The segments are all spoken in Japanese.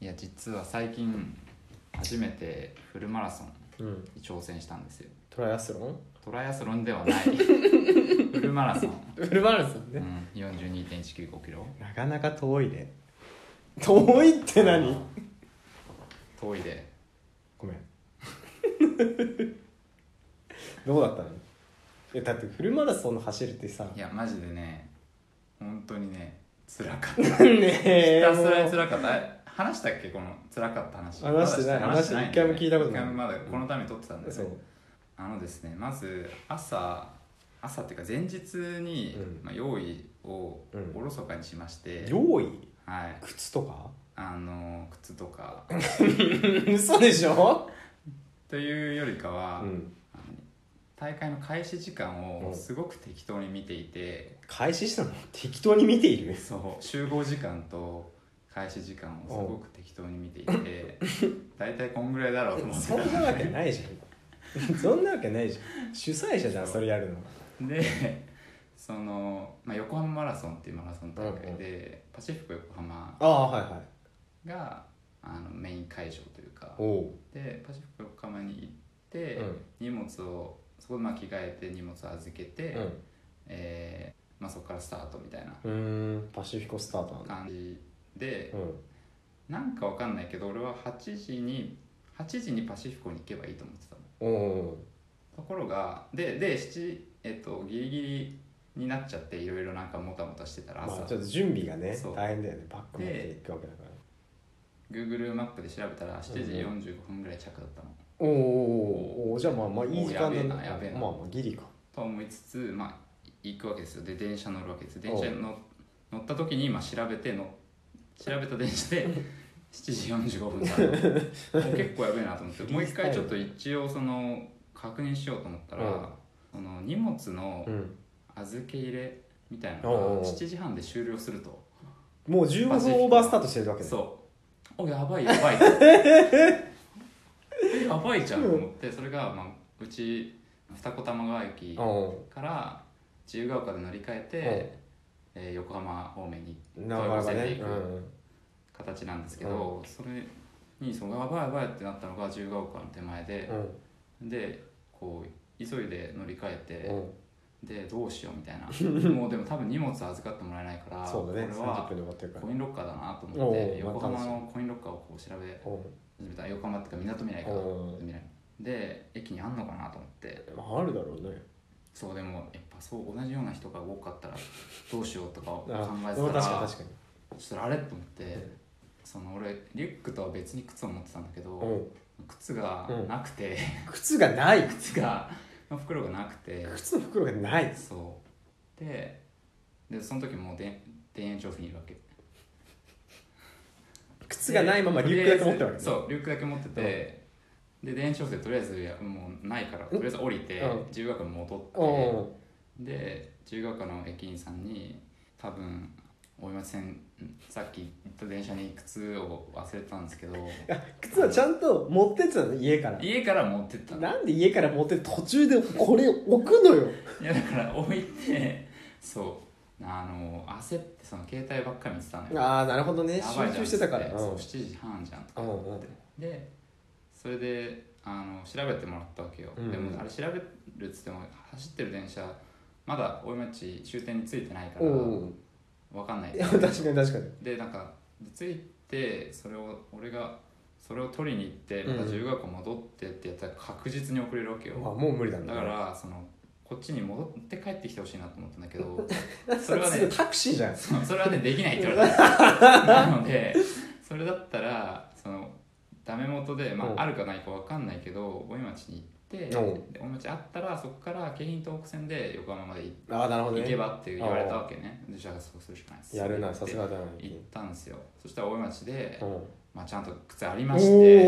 いや実は最近初めてフルマラソンうんに挑戦したんですよ。 トライアスロントライアスロンではないフルマラソン、 フルマラソンね、 42.195 キロ。 なかなか遠いね。遠いって何？ 遠いで。 ごめんどうだったの？だってフルマラソンの走るってさ、 いやマジでね、本当にね辛かったねえひたすらに辛かった。話したっけこの辛かった話。 話してない話してない一回も聞いたことない。 一回もまだこのために撮ってたんだよね、 そうあのですね、まず朝っていうか前日に、用意をおろそかにしまして、 用意？ はい、 靴とか？ 靴とか嘘でしょ？ というよりかは、 うん、 大会の開始時間をすごく適当に見ていて、 開始したの適当に見ている？ そう集合時間と開始時間をすごく適当に見ていて大体こんぐらいだろうと思ってた。 そんなわけないじゃんそんなわけないじゃん。主催者じゃんそれやるの。 で横浜マラソンっていうマラソン大会で、パシフィコ横浜がメイン会場というかで、パシフィコ横浜に行って、荷物をそこで着替えて荷物を預けて、そこからスタートみたいなパシフィコスタート感じで、なんかわかんないけど俺は8時にパシフィコに行けばいいと思ってたの。ところがでギリギリになっちゃって、いろいろなんかもたもたしてたら朝、 ちょっと準備がね大変だよね。バッグ持っていくわけだから。 Google マップで調べたら7時45分ぐらい着だったの。 おお、じゃあいい時間だね。 やべえなギリかと思いつつ、行くわけですよ。で電車乗るわけです。電車に乗った時に調べた電車で7時45分だもう結構やべえなと思ってもう一回ちょっと一応確認しようと思ったら、荷物の預け入れみたいなのが7時半で終了すると。 もう15分オーバースタートしてるわけね。 そうやばいやばいじゃんと思って、それがうち二子玉川駅から自由が丘で乗り換えて、横浜方面に問い合わせていく形なんですけど、それにやばいってなったのが自由が丘の手前で、でこう急いで乗り換えて、でどうしようみたいなもうでも多分荷物預かってもらえないからそうだね、 これはコインロッカーだなと思って横浜のコインロッカーをこう調べ始めた。横浜っていうかみなとみらいかで駅にあんのかなと思って。 あるだろうね。 そうでもやっぱそう同じような人が多かったらどうしようとか考えてたら確かにそしたらあれと思って、俺リュックとは別に靴を持ってたんだけど、靴がなくて、 靴がないの袋がなくて、 靴の袋がない。 そうでその時もう田園調布にいるわけ。 靴がないままリュックだけ持ってるわけね。 そうリュックだけ持ってて、で田園調布でとりあえずもうないからとりあえず降りて、自由が丘に戻って、で自由が丘の駅員さんに多分大井町線さっき行った電車に靴を忘れてたんですけど、 靴はちゃんと持ってってたの？家から持ってったの。 なんで家から持って途中でこれ置くのよ。 いやだから置いて、そう焦って携帯ばっかり見てたのよ。 なるほどね、集中してたから。 そう7時半じゃんとか思って、でそれで調べてもらったわけよ。でもあれ調べるっつっても走ってる電車まだ大井町終点に着いてないから分かんない。 確かにで着いて俺がそれを取りに行ってまた自由学校戻ってってやったら確実に遅れるわけよ。 もう無理なんだ、 だからこっちに戻って帰ってきてほしいなと思ったんだけどそれはねタクシーじゃん。 それはねできないって言われたなのでそれだったらダメ元で、あるかないか分かんないけど大井町に行って、で大井町あったらそこから京浜東北線で横浜まで行けばって言われたわけね。じゃあそうするしかないです。 やるな、さすがだな。 行ったんですよ。そしたら大井町で、ちゃんと靴ありまして、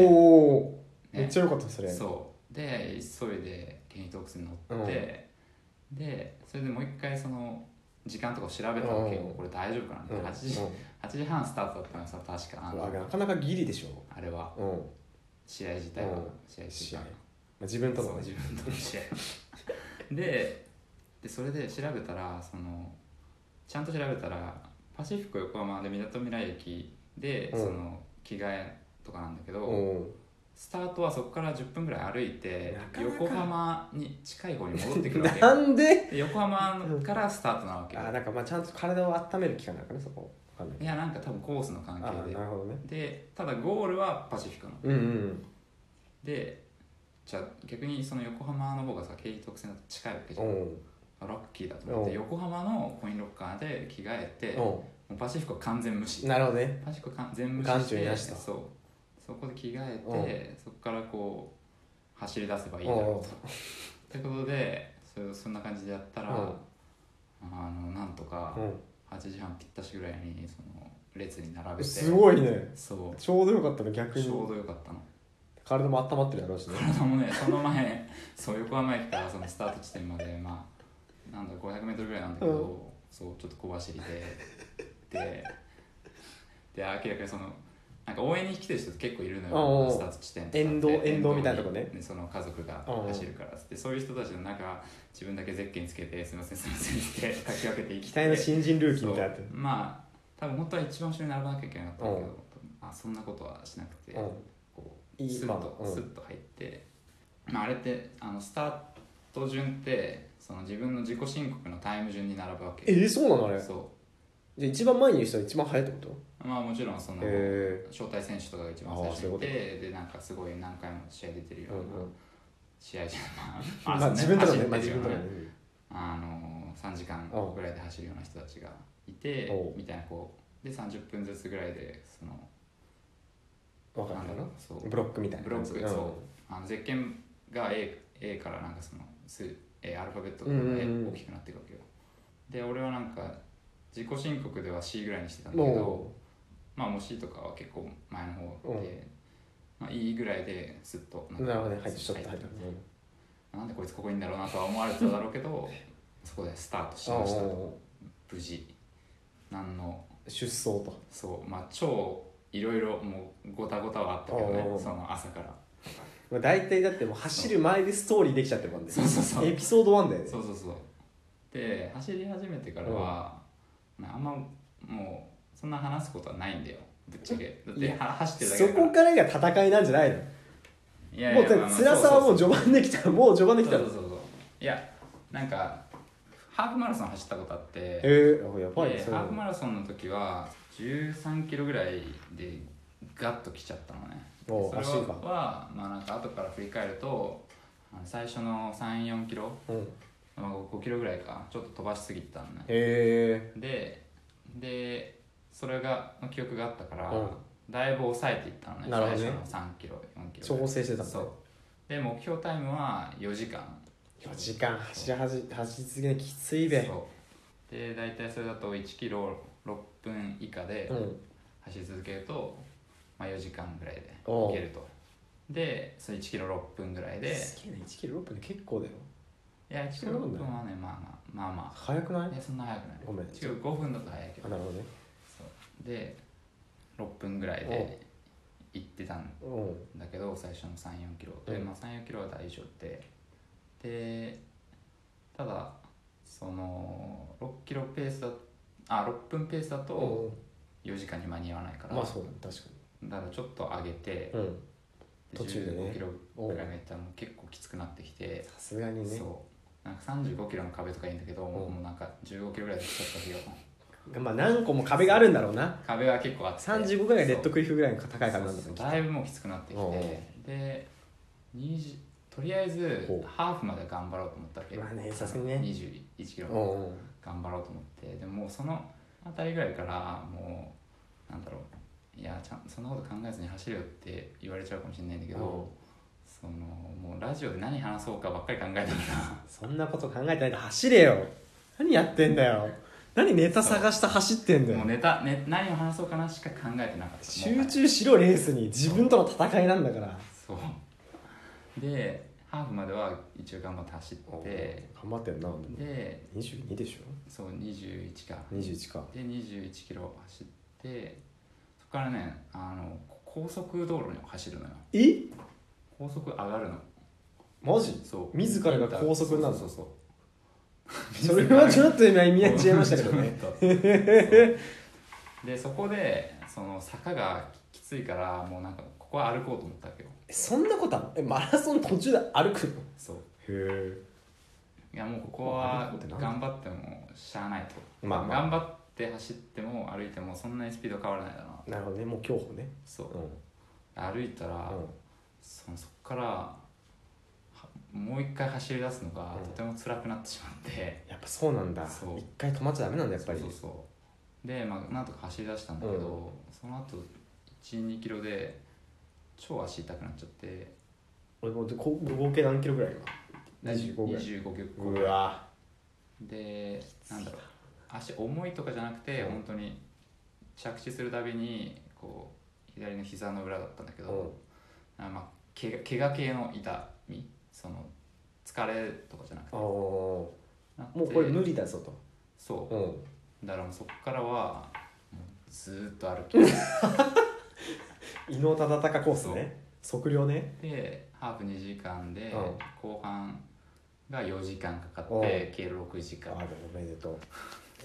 めっちゃ良かったそれ。 そうで急いで京浜東北線に乗って、でそれでもう一回時間とかを調べたわけよ。これ大丈夫かなって。8時半スタートだったのさ、確かなかなかギリでしょあれは。試合自体は試合自分との試合でそれで調べたらちゃんと調べたらパシフィコ横浜でみなとみらい駅で、 着替えとかなんだけど、 おうスタートはそこから10分ぐらい歩いてなかなか横浜に近い方に戻ってくるわけなんでで横浜からスタートなわけよ。 なんかまあちゃんと体を温める期間なんかねそこわかんないいやなんか多分コースの関係で、 なるほどね。 でただゴールはパシフィコの、 うんうんでじゃあ逆にその横浜の方がさ京浜線だと近いわけじゃん。 おうラッキーだと思って横浜のコインロッカーで着替えて、もうパシフィコ完全無視。 なるほどね。 パシフィコ完全無視眼して中に出した。 そうそこで着替えてそこからこう走り出せばいいだろうとってことでそんな感じでやったらなんとか8時半ぴったしぐらいにその列に並べて、 すごいね。 そうちょうどよかったね逆に。 ちょうどよかったの。 体も温まってるやろうしね。 体もねその前そう横浜駅からそのスタート地点までまあなんだ 500m ぐらいなんだけど、そうちょっと小走りで明らかにそのなんか応援に来てる人って結構いるのよ、スタート地点とか沿道みたいなとこね。 その家族が走るからってそういう人たちの中自分だけゼッケンつけてすいませんって書き分けていき期待の新人ルーキーみたいな。 まあ多分本当は一番後ろに並ばなきゃいけなかったんだけど、そんなことはしなくて、こうスッと入って、まあ、あれってスタート順ってその自分の自己申告のタイム順に並ぶわけ。 そうなのあれ。 そうじゃあ一番前にいる人は一番早いってこと？ まあもちろんその招待選手とかが一番最初にいてでなんかすごい何回も試合出てるような試合じゃん、 まあ自分とかね、 まあ自分とかね3時間ぐらいで走るような人たちがいてみたいなこうで30分ずつぐらいでその分かるかな、 そうブロックみたいなブロック、そうゼッケンが A からなんかそのアルファベットが大きくなっていくわけよ。で俺はなんか自己申告では C ぐらいにしてたんだけど、まあもう C とかは結構前の方で、まあ、E ぐらいでスッとなるほどね、入ってちょっと入ってなんでこいつここにいんだろうなとは思われてただろうけどそこでスタートしましたと。無事何の出走とそうまあ超いろいろもうごたごたはあったけどね、その朝から大体だってもう走る前でストーリーできちゃってるもんね。 そうエピソード1だよね。 そうで走り始めてからは、あんまもうそんな話すことはないんだよぶっちゃけ。だって走ってるだけだから。 そこからが戦いなんじゃないの？ いやもう辛さはもう序盤できた。もう序盤できた。 そういやなんかハーフマラソン走ったことあって、 やばいね。 ハーフマラソンの時は13キロぐらいでガッと来ちゃったのね。それはまあなんか後から振り返ると最初の 3,4 キロ、5キロぐらいかちょっと飛ばしすぎたのね。でそれがの記憶があったから、だいぶ抑えていったのね。最初の3キロ4キロ調整してたんだね。 で目標タイムは4時間走り続けるのきついべ。 で大体それだと1キロ6分以下で走り続けると、まあ、4時間ぐらいでいけると。でそれ1キロ6分ぐらいで。 すげえね、1キロ6分で結構だよ。 いや1キロ6分はねまあ早くない？ そんな早くない。 ごめん、 1キロ5分だと早いけど。 なるほどね。 そうで6分ぐらいで行ってたんだけど最初の 3,4 キロで、まあ、3,4 キロは大丈夫でただその6キロペース6分ペースだと4時間に間に合わないから、 まあそうだね、確かにだからちょっと上げて、 途中でね 15キロぐらい上げたらもう結構きつくなってきて、 さすがにね、 そうなんか35キロの壁とかいいんだけど、もうなんか15キロぐらいで来ちゃった日がまあ何個も壁があるんだろうな。 壁は結構あって 35ぐらいレッドクリフぐらいの高い壁なんだろう。 だいぶもうきつくなってきて、でとりあえずハーフまで頑張ろうと思ったわけ。 まあね、さすがにね 21キロ頑張ろうと思ってでももうそのあたりぐらいからもうなんだろう、いやそんなこと考えずに走るよって言われちゃうかもしれないんだけど、そのもうラジオで何話そうかばっかり考えたからそんなこと考えてないで走れよ。何やってんだよ。何ネタ探して走ってんだよ。 もう何を話そうかなしか考えてなかった。 集中しろレースに。自分との戦いなんだから。 そうでハーフまでは一応頑張って走って頑張ってんな。 で 22でしょ。 そう21か 21かで21キロ走ってそこからね高速道路に走るのよ。高速上がるの。 マジ？ そう自らが高速なんだ。 そうそれはちょっと今意味合い違いましたけどねでそこでその坂がきついからもうなんかここは歩こうと思ったわけよ。 そんなことある？マラソン途中で歩くの？ そう。 へいやもうここは頑張ってもしゃあないと、頑張って走っても歩いてもそんなにスピード変わらないだな。 なるほどね、もう競歩ね。 そう、歩いたら、そっからもう一回走り出すのがとても辛くなってしまって、 やっぱそうなんだ。一回止まっちゃダメなんだやっぱり。 そうで、なんとか走り出したんだけど、その後 1,2 キロで超足痛くなっちゃって。 俺も合計何キロぐらい今？25ぐらい。 25キロ。 うわで、なんだろう、足重いとかじゃなくて、本当に着地するたびにこう左の膝の裏だったんだけど、怪我系の痛み、その疲れとかじゃなくて、もうこれ無理だぞと。 そう、だからもうそっからはもうずっと歩き伊能忠敬コースね。測量ね。 でハーフ2時間で、後半が4時間かかって計6時間。 あ、でもおめでとう。